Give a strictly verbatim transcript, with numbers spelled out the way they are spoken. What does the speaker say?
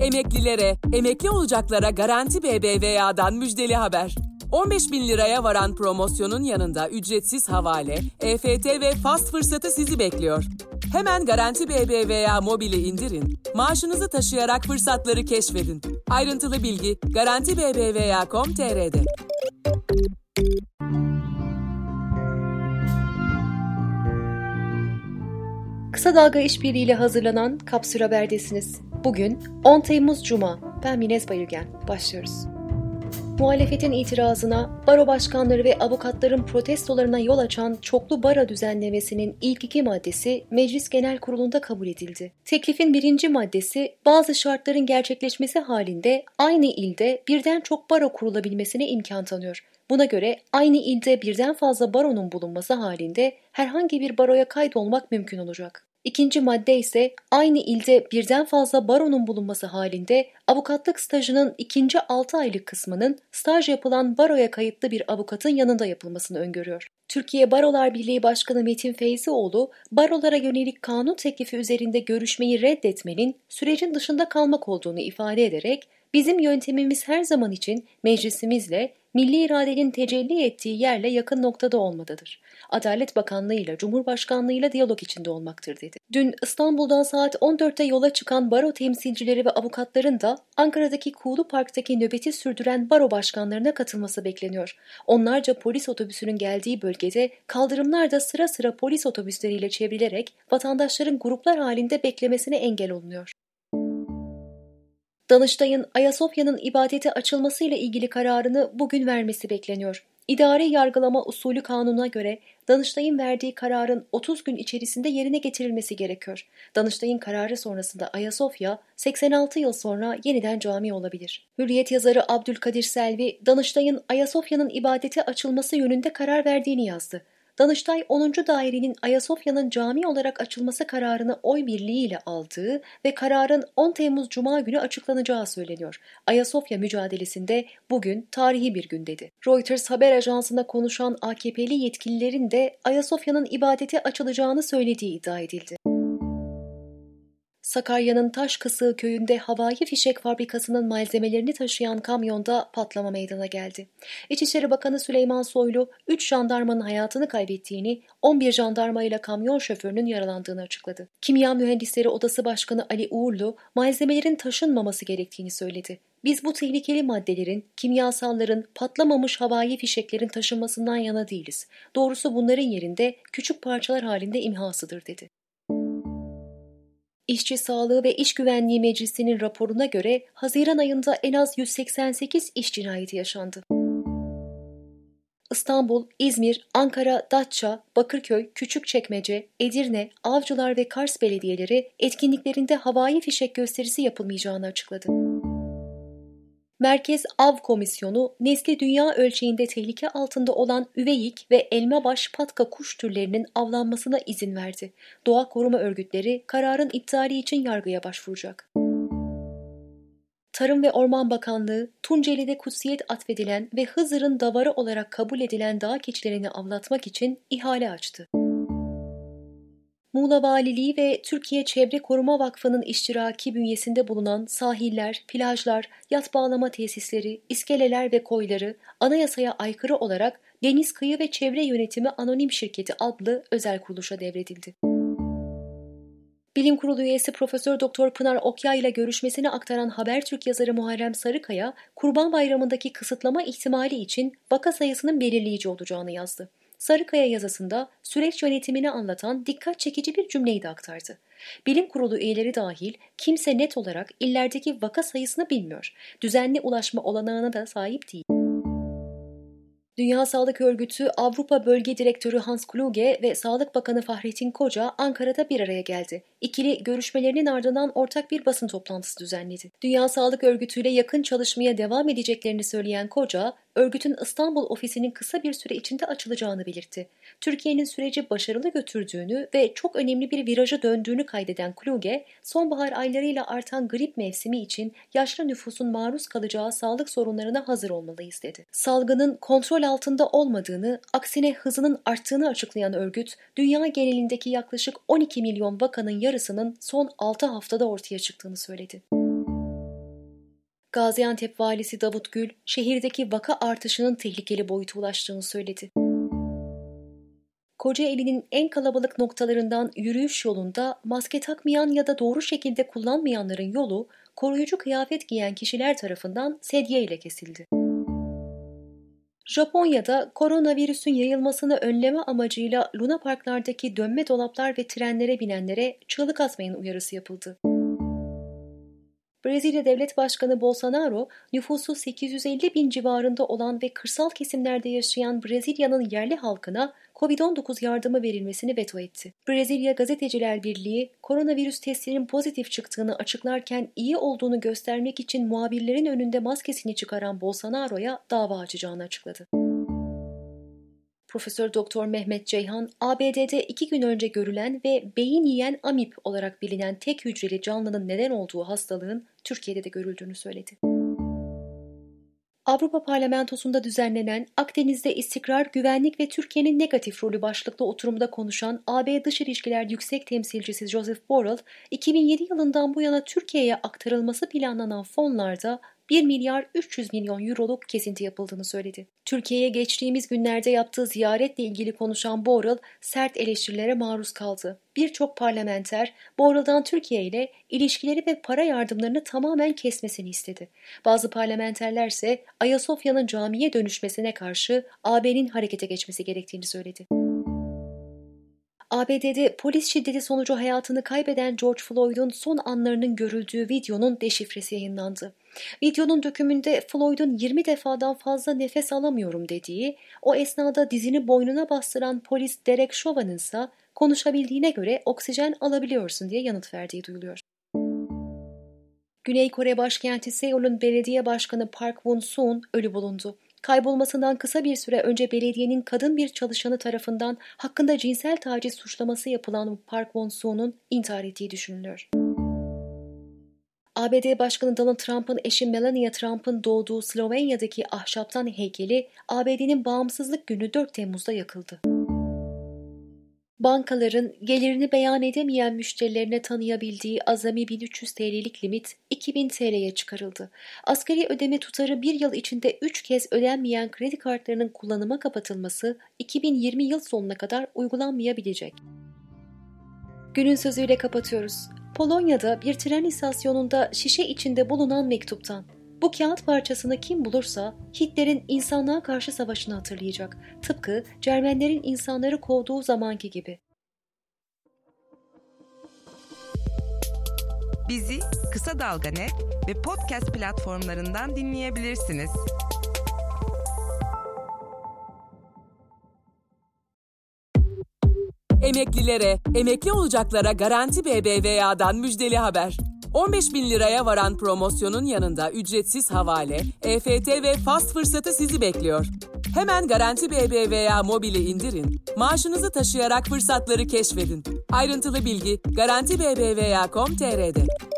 Emeklilere, emekli olacaklara Garanti B B V A'dan müjdeli haber. on beş bin liraya varan promosyonun yanında ücretsiz havale, E F T ve fast fırsatı sizi bekliyor. Hemen Garanti B B V A mobili indirin, maaşınızı taşıyarak fırsatları keşfedin. Ayrıntılı bilgi garanti b b v a nokta com nokta t r'de. Kısa Dalga İşbirliğiyle hazırlanan Kapsül Haber'desiniz. Bugün on Temmuz Cuma. Ben Minez Bayülgen. Başlıyoruz. Muhalefetin itirazına, baro başkanları ve avukatların protestolarına yol açan çoklu baro düzenlemesinin ilk iki maddesi Meclis Genel Kurulu'nda kabul edildi. Teklifin birinci maddesi, bazı şartların gerçekleşmesi halinde aynı ilde birden çok baro kurulabilmesine imkan tanıyor. Buna göre aynı ilde birden fazla baronun bulunması halinde herhangi bir baroya kaydolmak mümkün olacak. İkinci madde ise aynı ilde birden fazla baronun bulunması halinde avukatlık stajının ikinci altı aylık kısmının staj yapılan baroya kayıtlı bir avukatın yanında yapılmasını öngörüyor. Türkiye Barolar Birliği Başkanı Metin Feyzioğlu, barolara yönelik kanun teklifi üzerinde görüşmeyi reddetmenin sürecin dışında kalmak olduğunu ifade ederek, bizim yöntemimiz her zaman için meclisimizle, milli iradenin tecelli ettiği yerle yakın noktada olmadadır. Adalet Bakanlığı ile Cumhurbaşkanlığı ile diyalog içinde olmaktır dedi. Dün İstanbul'dan saat on dörtte yola çıkan baro temsilcileri ve avukatların da Ankara'daki Kuğulu Park'taki nöbeti sürdüren baro başkanlarına katılması bekleniyor. Onlarca polis otobüsünün geldiği bölgede kaldırımlar da sıra sıra polis otobüsleriyle çevrilerek vatandaşların gruplar halinde beklemesine engel olunuyor. Danıştay'ın Ayasofya'nın ibadete açılmasıyla ilgili kararını bugün vermesi bekleniyor. İdari Yargılama Usulü Kanunu'na göre Danıştay'ın verdiği kararın otuz gün içerisinde yerine getirilmesi gerekiyor. Danıştay'ın kararı sonrasında Ayasofya seksen altı yıl sonra yeniden cami olabilir. Hürriyet yazarı Abdülkadir Selvi, Danıştay'ın Ayasofya'nın ibadete açılması yönünde karar verdiğini yazdı. Danıştay onuncu dairenin Ayasofya'nın cami olarak açılması kararını oy birliğiyle aldığı ve kararın on Temmuz Cuma günü açıklanacağı söyleniyor. Ayasofya mücadelesinde bugün tarihi bir gün dedi. Reuters haber ajansına konuşan A K P'li yetkililerin de Ayasofya'nın ibadete açılacağını söylediği iddia edildi. Sakarya'nın Taşkısığı köyünde havai fişek fabrikasının malzemelerini taşıyan kamyonda patlama meydana geldi. İçişleri Bakanı Süleyman Soylu, üç jandarmanın hayatını kaybettiğini, on bir jandarma ile kamyon şoförünün yaralandığını açıkladı. Kimya Mühendisleri Odası Başkanı Ali Uğurlu, malzemelerin taşınmaması gerektiğini söyledi. Biz bu tehlikeli maddelerin, kimyasalların, patlamamış havai fişeklerin taşınmasından yana değiliz. Doğrusu bunların yerinde küçük parçalar halinde imhasıdır dedi. İşçi Sağlığı ve İş Güvenliği Meclisi'nin raporuna göre Haziran ayında en az yüz seksen sekiz iş cinayeti yaşandı. İstanbul, İzmir, Ankara, Datça, Bakırköy, Küçükçekmece, Edirne, Avcılar ve Kars belediyeleri etkinliklerinde havai fişek gösterisi yapılmayacağını açıkladı. Merkez Av Komisyonu, nesli dünya ölçeğinde tehlike altında olan üveyik ve elmabaş patka kuş türlerinin avlanmasına izin verdi. Doğa koruma örgütleri kararın iptali için yargıya başvuracak. Tarım ve Orman Bakanlığı, Tunceli'de kutsiyet atfedilen ve Hızır'ın davarı olarak kabul edilen dağ keçilerini avlatmak için ihale açtı. Muğla Valiliği ve Türkiye Çevre Koruma Vakfı'nın iştiraki bünyesinde bulunan sahiller, plajlar, yat bağlama tesisleri, iskeleler ve koyları anayasaya aykırı olarak Deniz Kıyı ve Çevre Yönetimi Anonim Şirketi adlı özel kuruluşa devredildi. Bilim Kurulu üyesi Profesör Doktor Pınar Okyay ile görüşmesini aktaran Habertürk yazarı Muharrem Sarıkaya, Kurban Bayramı'ndaki kısıtlama ihtimali için vaka sayısının belirleyici olacağını yazdı. Sarıkaya yazısında süreç yönetimini anlatan dikkat çekici bir cümleyi de aktardı. Bilim Kurulu üyeleri dahil kimse net olarak illerdeki vaka sayısını bilmiyor. Düzenli ulaşma olanağına da sahip değil. Dünya Sağlık Örgütü Avrupa Bölge Direktörü Hans Kluge ve Sağlık Bakanı Fahrettin Koca Ankara'da bir araya geldi. İkili görüşmelerinin ardından ortak bir basın toplantısı düzenledi. Dünya Sağlık Örgütü ile yakın çalışmaya devam edeceklerini söyleyen Koca, örgütün İstanbul ofisinin kısa bir süre içinde açılacağını belirtti. Türkiye'nin süreci başarılı götürdüğünü ve çok önemli bir viraja döndüğünü kaydeden Kluge, sonbahar aylarıyla artan grip mevsimi için yaşlı nüfusun maruz kalacağı sağlık sorunlarına hazır olmalıyız dedi. Salgının kontrol altında olmadığını, aksine hızının arttığını açıklayan örgüt, dünya genelindeki yaklaşık on iki milyon vakanın yarısının son altı haftada ortaya çıktığını söyledi. Gaziantep valisi Davut Gül, şehirdeki vaka artışının tehlikeli boyuta ulaştığını söyledi. Kocaeli'nin en kalabalık noktalarından yürüyüş yolunda maske takmayan ya da doğru şekilde kullanmayanların yolu koruyucu kıyafet giyen kişiler tarafından sedye ile kesildi. Japonya'da koronavirüsün yayılmasını önleme amacıyla Luna Parklardaki dönme dolaplar ve trenlere binenlere çığlık atmayın uyarısı yapıldı. Brezilya Devlet Başkanı Bolsonaro, nüfusu sekiz yüz elli bin civarında olan ve kırsal kesimlerde yaşayan Brezilya'nın yerli halkına kovid on dokuz yardımı verilmesini veto etti. Brezilya Gazeteciler Birliği, koronavirüs testinin pozitif çıktığını açıklarken iyi olduğunu göstermek için muhabirlerin önünde maskesini çıkaran Bolsonaro'ya dava açacağını açıkladı. Profesör Doktor Mehmet Ceyhan, A B D'de iki gün önce görülen ve beyin yiyen amip olarak bilinen tek hücreli canlının neden olduğu hastalığın Türkiye'de de görüldüğünü söyledi. Avrupa Parlamentosu'nda düzenlenen Akdeniz'de İstikrar, Güvenlik ve Türkiye'nin Negatif Rolü başlıklı oturumda konuşan A B Dış İlişkiler Yüksek Temsilcisi Joseph Borrell, iki bin yedi yılından bu yana Türkiye'ye aktarılması planlanan fonlarda bir milyar üç yüz milyon euroluk kesinti yapıldığını söyledi. Türkiye'ye geçtiğimiz günlerde yaptığı ziyaretle ilgili konuşan Borrell, sert eleştirilere maruz kaldı. Birçok parlamenter, Borrell'dan Türkiye ile ilişkileri ve para yardımlarını tamamen kesmesini istedi. Bazı parlamenterler ise Ayasofya'nın camiye dönüşmesine karşı A B'nin harekete geçmesi gerektiğini söyledi. A B D'de polis şiddeti sonucu hayatını kaybeden George Floyd'un son anlarının görüldüğü videonun deşifresi yayınlandı. Videonun dökümünde Floyd'un yirmi defadan fazla nefes alamıyorum dediği, o esnada dizini boynuna bastıran polis Derek Chauvin'in ise konuşabildiğine göre oksijen alabiliyorsun diye yanıt verdiği duyuluyor. Güney Kore başkenti Seul'un belediye başkanı Park Won-soon ölü bulundu. Kaybolmasından kısa bir süre önce belediyenin kadın bir çalışanı tarafından hakkında cinsel taciz suçlaması yapılan Park Won-soon'un intihar ettiği düşünülüyor. A B D Başkanı Donald Trump'ın eşi Melania Trump'ın doğduğu Slovenya'daki ahşaptan heykeli A B D'nin bağımsızlık günü dört Temmuz'da yakıldı. Bankaların gelirini beyan edemeyen müşterilerine tanıyabildiği azami bin üç yüz TL'lik limit iki bin T L'ye çıkarıldı. Asgari ödeme tutarı bir yıl içinde üç kez ödenmeyen kredi kartlarının kullanıma kapatılması iki bin yirmi yıl sonuna kadar uygulanmayabilecek. Günün sözüyle kapatıyoruz. Polonya'da bir tren istasyonunda şişe içinde bulunan mektuptan. Bu kağıt parçasını kim bulursa Hitler'in insanlığa karşı savaşını hatırlayacak. Tıpkı Cermenlerin insanları kovduğu zamanki gibi. Bizi Kısa Dalga Net ve podcast platformlarından dinleyebilirsiniz. Emeklilere, emekli olacaklara Garanti B B V A'dan müjdeli haber. on beş bin liraya varan promosyonun yanında ücretsiz havale, E F T ve fast fırsatı sizi bekliyor. Hemen Garanti B B V A mobili indirin, maaşınızı taşıyarak fırsatları keşfedin. Ayrıntılı bilgi garanti b b v a nokta com nokta t r'de.